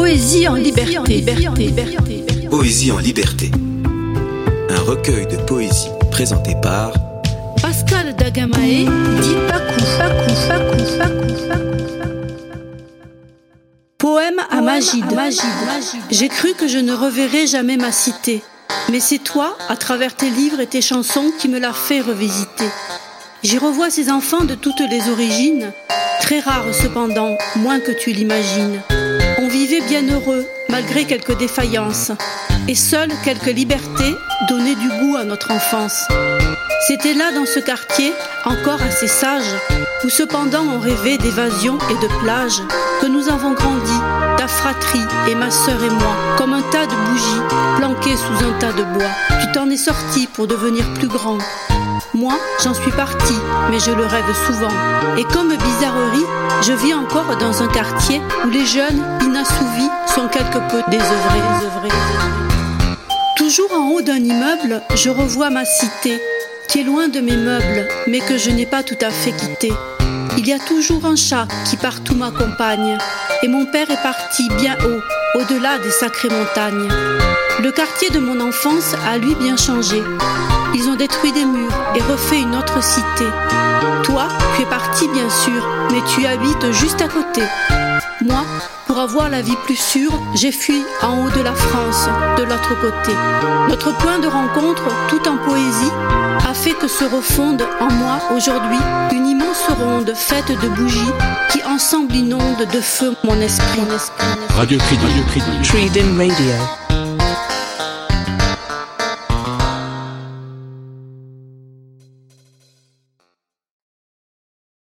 Poésie en liberté. Poésie en liberté. Un recueil de poésie présenté par Pascal Dagamae, dit Pakou. Poème à Magide. J'ai cru que je ne reverrais jamais ma cité, mais c'est toi, à travers tes livres et tes chansons, qui me l'as fait revisiter. J'y revois ces enfants de toutes les origines, très rares cependant, moins que tu l'imagines. On vivait bien heureux, malgré quelques défaillances, et seules quelques libertés donnaient du goût à notre enfance. C'était là, dans ce quartier, encore assez sage, où cependant on rêvait d'évasion et de plage, que nous avons grandi, ta fratrie et ma sœur et moi, comme un tas de bougies planquées sous un tas de bois. Tu t'en es sorti pour devenir plus grand. Moi, j'en suis partie, mais je le rêve souvent. Et comme bizarrerie, je vis encore dans un quartier où les jeunes, inassouvis, sont quelque peu désœuvrés. Toujours en haut d'un immeuble, je revois ma cité, qui est loin de mes meubles, mais que je n'ai pas tout à fait quittée. Il y a toujours un chat qui partout m'accompagne, et mon père est parti bien haut, au-delà des sacrées montagnes. Le quartier de mon enfance a lui bien changé. Ils ont détruit des murs et refait une autre cité. Toi, tu es parti bien sûr, mais tu habites juste à côté. Moi, pour avoir la vie plus sûre, j'ai fui en haut de la France, de l'autre côté. Notre point de rencontre, tout en poésie, a fait que se refonde en moi aujourd'hui une immense ronde faite de bougies qui ensemble inonde de feu mon esprit. Radio Crédit. Crédit Radio.